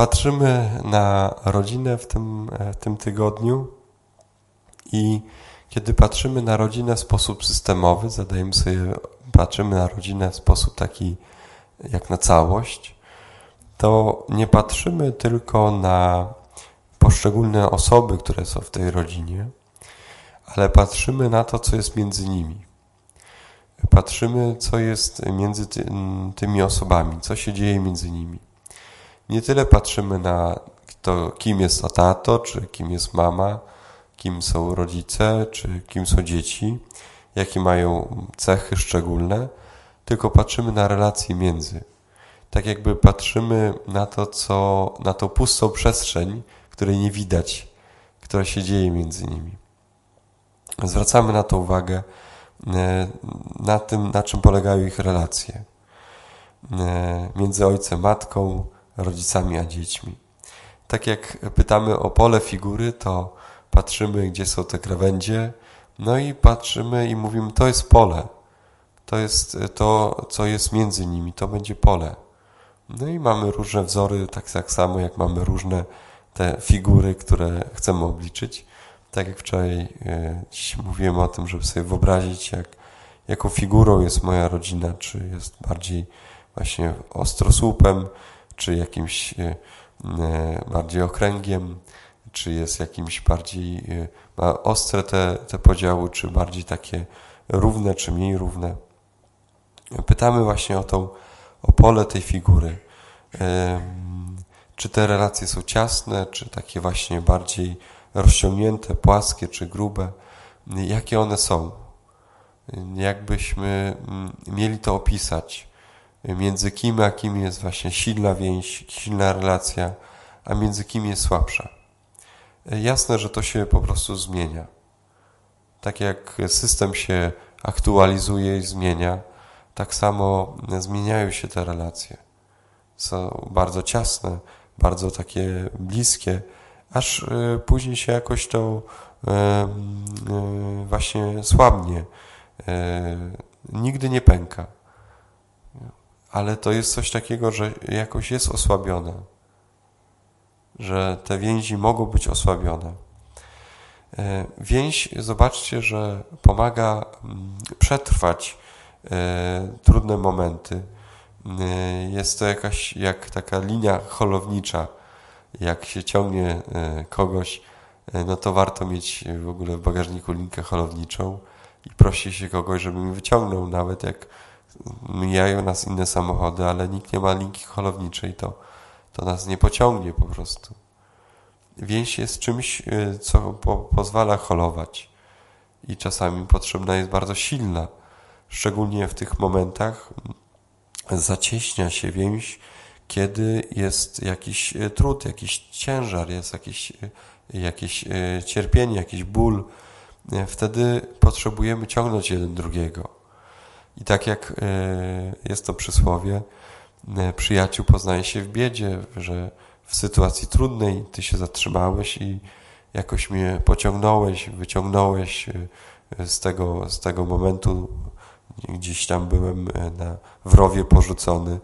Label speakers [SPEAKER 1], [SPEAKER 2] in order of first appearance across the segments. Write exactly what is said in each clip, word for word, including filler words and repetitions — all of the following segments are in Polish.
[SPEAKER 1] Patrzymy na rodzinę w tym, w tym tygodniu i kiedy patrzymy na rodzinę w sposób systemowy, zadajemy sobie, patrzymy na rodzinę w sposób taki jak na całość, to nie patrzymy tylko na poszczególne osoby, które są w tej rodzinie, ale patrzymy na to, co jest między nimi. Patrzymy, co jest między ty, tymi osobami, co się dzieje między nimi. Nie tyle patrzymy na to, kim jest tato, czy kim jest mama, kim są rodzice, czy kim są dzieci, jakie mają cechy szczególne, tylko patrzymy na relacje między. Tak jakby patrzymy na to, co, na tą pustą przestrzeń, której nie widać, która się dzieje między nimi. Zwracamy na to uwagę, na tym, na czym polegają ich relacje między ojcem, matką, rodzicami a dziećmi. Tak jak pytamy o pole figury, to patrzymy, gdzie są te krawędzie, no i patrzymy i mówimy, to jest pole, to jest to, co jest między nimi, to będzie pole. No i mamy różne wzory, tak, tak samo jak mamy różne te figury, które chcemy obliczyć. Tak jak wczoraj dziś mówiłem o tym, żeby sobie wyobrazić, jak, jaką figurą jest moja rodzina, czy jest bardziej właśnie ostrosłupem, czy jakimś bardziej okręgiem, czy jest jakimś bardziej, ma ostre te, te podziały, czy bardziej takie równe, czy mniej równe. Pytamy właśnie o tą, o pole tej figury. Czy te relacje są ciasne, czy takie właśnie bardziej rozciągnięte, płaskie, czy grube? Jakie one są? Jakbyśmy mieli to opisać? Między kim a kim jest właśnie silna więź, silna relacja, a między kim jest słabsza. Jasne, że to się po prostu zmienia. Tak jak system się aktualizuje i zmienia, tak samo zmieniają się te relacje. Są bardzo ciasne, bardzo takie bliskie, aż później się jakoś to właśnie słabnie. Nigdy nie pęka. Ale to jest coś takiego, że jakoś jest osłabione. Że te więzi mogą być osłabione. Więź, zobaczcie, że pomaga przetrwać trudne momenty. Jest to jakaś jak taka linia holownicza. Jak się ciągnie kogoś, no to warto mieć w ogóle w bagażniku linkę holowniczą i prosi się kogoś, żeby mi wyciągnął, nawet jak mijają nas inne samochody, ale nikt nie ma linki holowniczej, to, to nas nie pociągnie po prostu. Więź jest czymś, co po, pozwala holować i czasami potrzebna jest bardzo silna, szczególnie w tych momentach zacieśnia się więź, kiedy jest jakiś trud, jakiś ciężar, jest jakieś, jakieś cierpienie, jakiś ból. Wtedy potrzebujemy ciągnąć jeden drugiego. I tak jak jest to przysłowie, przyjaciół poznaje się w biedzie, że w sytuacji trudnej ty się zatrzymałeś i jakoś mnie pociągnąłeś, wyciągnąłeś z tego, z tego momentu. Gdzieś tam byłem na, w rowie porzucony,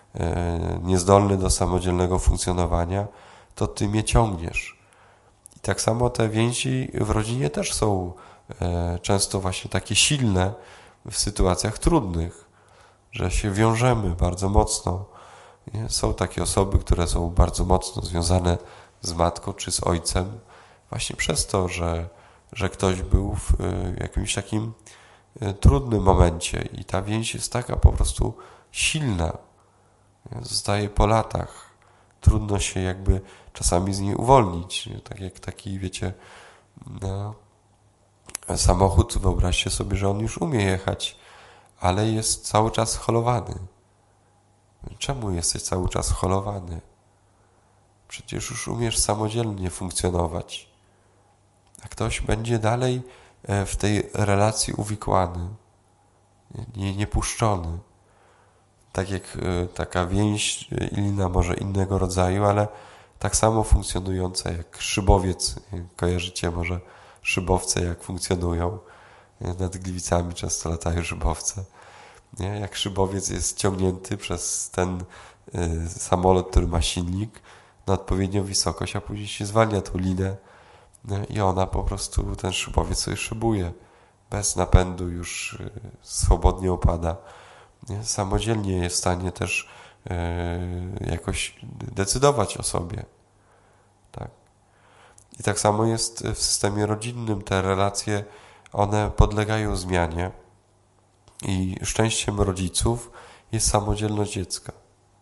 [SPEAKER 1] niezdolny do samodzielnego funkcjonowania, to ty mnie ciągniesz. I tak samo te więzi w rodzinie też są często właśnie takie silne w sytuacjach trudnych, że się wiążemy bardzo mocno. Są takie osoby, które są bardzo mocno związane z matką czy z ojcem, właśnie przez to, że, że ktoś był w jakimś takim trudnym momencie i ta więź jest taka po prostu silna. Zostaje po latach. Trudno się jakby czasami z niej uwolnić. Tak jak taki, wiecie, no, samochód, wyobraźcie sobie, że on już umie jechać, ale jest cały czas holowany. Czemu jesteś cały czas holowany? Przecież już umiesz samodzielnie funkcjonować. A ktoś będzie dalej w tej relacji uwikłany, nie, niepuszczony. Tak jak taka więź inna, może innego rodzaju, ale tak samo funkcjonująca jak szybowiec. Kojarzycie może szybowce, jak funkcjonują. Nad Gliwicami często latają szybowce. Nie? Jak szybowiec jest ciągnięty przez ten y, samolot, który ma silnik, na odpowiednią wysokość, a później się zwalnia tą linę i ona po prostu, ten szybowiec sobie szybuje. Bez napędu już swobodnie opada. Samodzielnie jest w stanie też jakoś decydować o sobie. Tak. I tak samo jest w systemie rodzinnym. Te relacje, one podlegają zmianie i szczęściem rodziców jest samodzielność dziecka.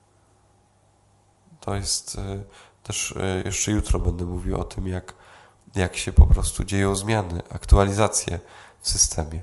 [SPEAKER 1] To jest też, jeszcze jutro będę mówił o tym, jak, jak się po prostu dzieją zmiany, aktualizacje w systemie.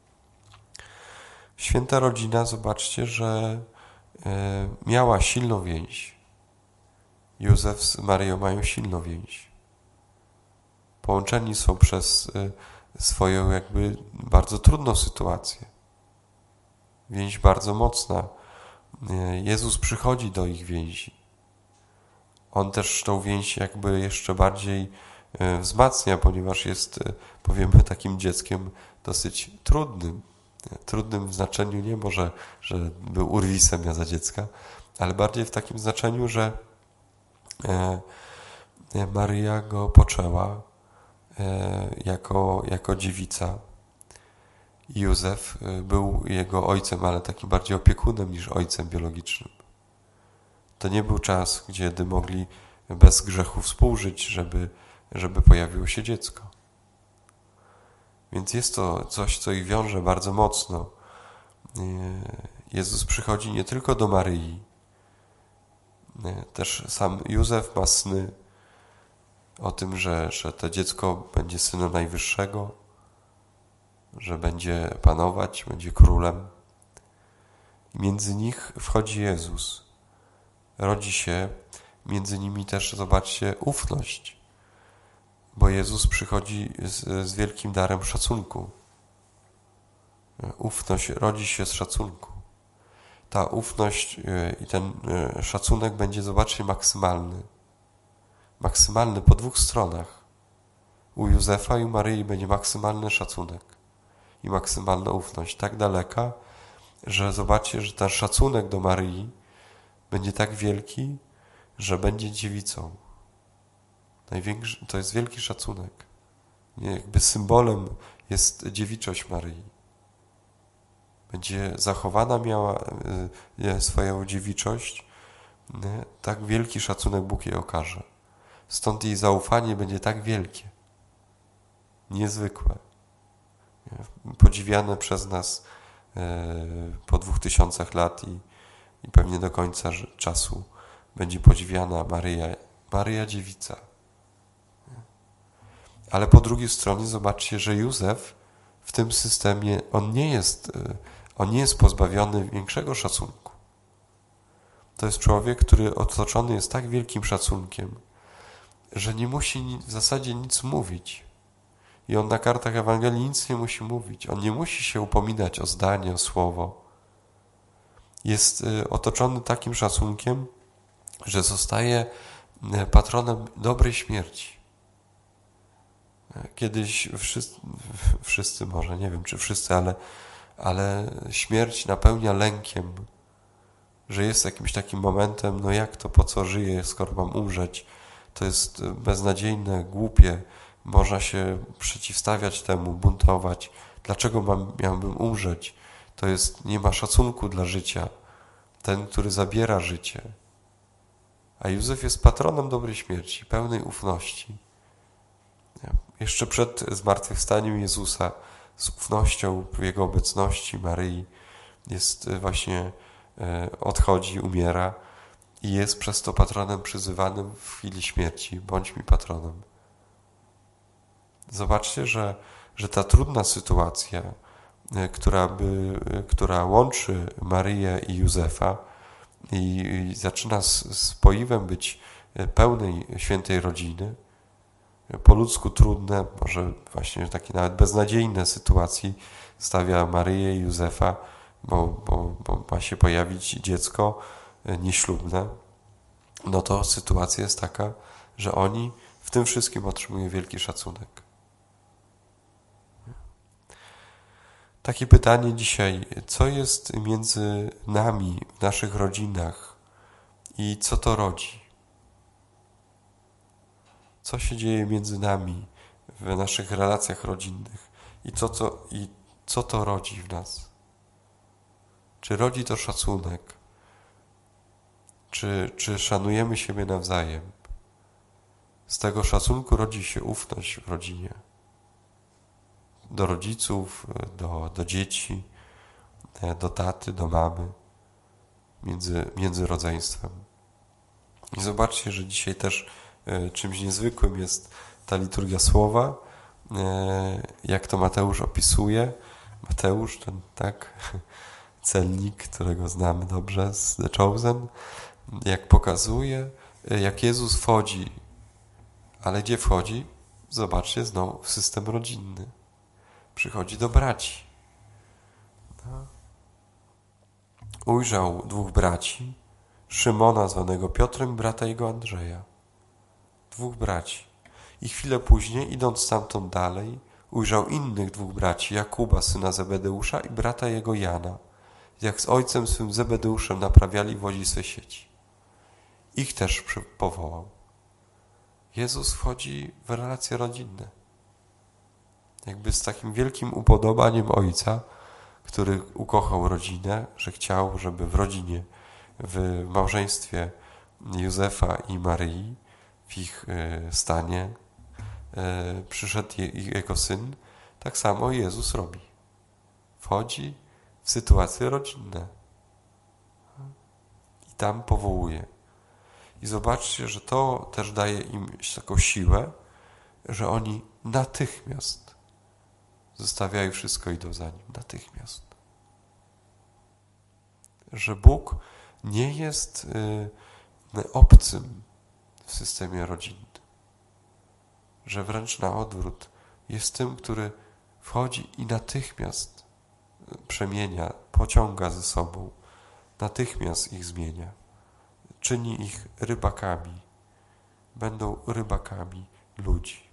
[SPEAKER 1] Święta rodzina, zobaczcie, że miała silną więź. Józef z Maryją mają silną więź. Połączeni są przez swoją jakby bardzo trudną sytuację. Więź bardzo mocna. Jezus przychodzi do ich więzi. On też tą więź jakby jeszcze bardziej wzmacnia, ponieważ jest, powiemy, takim dzieckiem dosyć trudnym. Trudnym w znaczeniu nie może, że był urwisem ja za dziecka, ale bardziej w takim znaczeniu, że Maryja go poczęła jako, jako dziewica. Józef był jego ojcem, ale takim bardziej opiekunem niż ojcem biologicznym. To nie był czas, kiedy mogli bez grzechu współżyć, żeby, żeby pojawiło się dziecko. Więc jest to coś, co ich wiąże bardzo mocno. Jezus przychodzi nie tylko do Maryi. Też sam Józef ma sny o tym, że, że to dziecko będzie synem Najwyższego, że będzie panować, będzie królem. Między nich wchodzi Jezus. Rodzi się między nimi też, zobaczcie, ufność. Bo Jezus przychodzi z, z wielkim darem szacunku. Ufność rodzi się z szacunku. Ta ufność i ten szacunek będzie, zobaczcie, maksymalny. Maksymalny po dwóch stronach. U Józefa i u Maryi będzie maksymalny szacunek i maksymalna ufność. Tak daleka, że zobaczcie, że ten szacunek do Maryi będzie tak wielki, że będzie dziewicą. Największy, to jest wielki szacunek. Jakby symbolem jest dziewiczość Maryi. Będzie zachowana miała swoją dziewiczość, tak wielki szacunek Bóg jej okaże. Stąd jej zaufanie będzie tak wielkie, niezwykłe, podziwiane przez nas po dwóch tysiącach lat i, i pewnie do końca czasu będzie podziwiana Maryja, Maryja Dziewica. Ale po drugiej stronie zobaczcie, że Józef w tym systemie, on nie jest, on nie jest pozbawiony większego szacunku. To jest człowiek, który otoczony jest tak wielkim szacunkiem, że nie musi w zasadzie nic mówić. I on na kartach Ewangelii nic nie musi mówić. On nie musi się upominać o zdanie, o słowo. Jest otoczony takim szacunkiem, że zostaje patronem dobrej śmierci. Kiedyś wszyscy, wszyscy może, nie wiem czy wszyscy, ale, ale śmierć napełnia lękiem, że jest jakimś takim momentem, no jak to, po co żyję, skoro mam umrzeć? To jest beznadziejne, głupie, można się przeciwstawiać temu, buntować. Dlaczego mam, miałbym umrzeć? To jest, nie ma szacunku dla życia. Ten, który zabiera życie. A Józef jest patronem dobrej śmierci, pełnej ufności. Jeszcze przed zmartwychwstaniem Jezusa, z ufnością w Jego obecności Maryi, jest właśnie, odchodzi, umiera i jest przez to patronem przyzywanym w chwili śmierci. Bądź mi patronem. Zobaczcie, że, że ta trudna sytuacja, która, by, która łączy Maryję i Józefa i, i zaczyna z, z poiwem być pełnej świętej rodziny, po ludzku trudne, może właśnie takie nawet beznadziejne sytuacji stawia Maryję i Józefa, bo, bo, bo ma się pojawić dziecko nieślubne, no to sytuacja jest taka, że oni w tym wszystkim otrzymują wielki szacunek. Takie pytanie dzisiaj, co jest między nami, w naszych rodzinach i co to rodzi? co się dzieje między nami w naszych relacjach rodzinnych i co, co, i co to rodzi w nas. Czy rodzi to szacunek? Czy, czy szanujemy siebie nawzajem? Z tego szacunku rodzi się ufność w rodzinie. Do rodziców, do, do dzieci, do taty, do mamy, między, między rodzeństwem. I zobaczcie, że dzisiaj też czymś niezwykłym jest ta liturgia słowa, jak to Mateusz opisuje. Mateusz, ten tak, celnik, którego znamy dobrze z The Chosen, jak pokazuje, jak Jezus wchodzi. Ale gdzie wchodzi? Zobaczcie, znowu w system rodzinny. Przychodzi do braci. No. Ujrzał dwóch braci, Szymona zwanego Piotrem, brata jego Andrzeja. Dwóch braci. I chwilę później, idąc stamtąd dalej, ujrzał innych dwóch braci, Jakuba, syna Zebedeusza i brata jego Jana, jak z ojcem swym Zebedeuszem naprawiali w łodzi swe sieci. Ich też powołał. Jezus wchodzi w relacje rodzinne. Jakby z takim wielkim upodobaniem Ojca, który ukochał rodzinę, że chciał, żeby w rodzinie, w małżeństwie Józefa i Maryi, w ich stanie przyszedł jego Syn, tak samo Jezus robi. Wchodzi w sytuacje rodzinne i tam powołuje. I zobaczcie, że to też daje im taką siłę, że oni natychmiast zostawiają wszystko i idą za nim. Natychmiast. Że Bóg nie jest y, obcym w systemie rodzinnym. Że wręcz na odwrót jest tym, który wchodzi i natychmiast przemienia, pociąga ze sobą. Natychmiast ich zmienia. Czyni ich rybakami. Będą rybakami ludzi.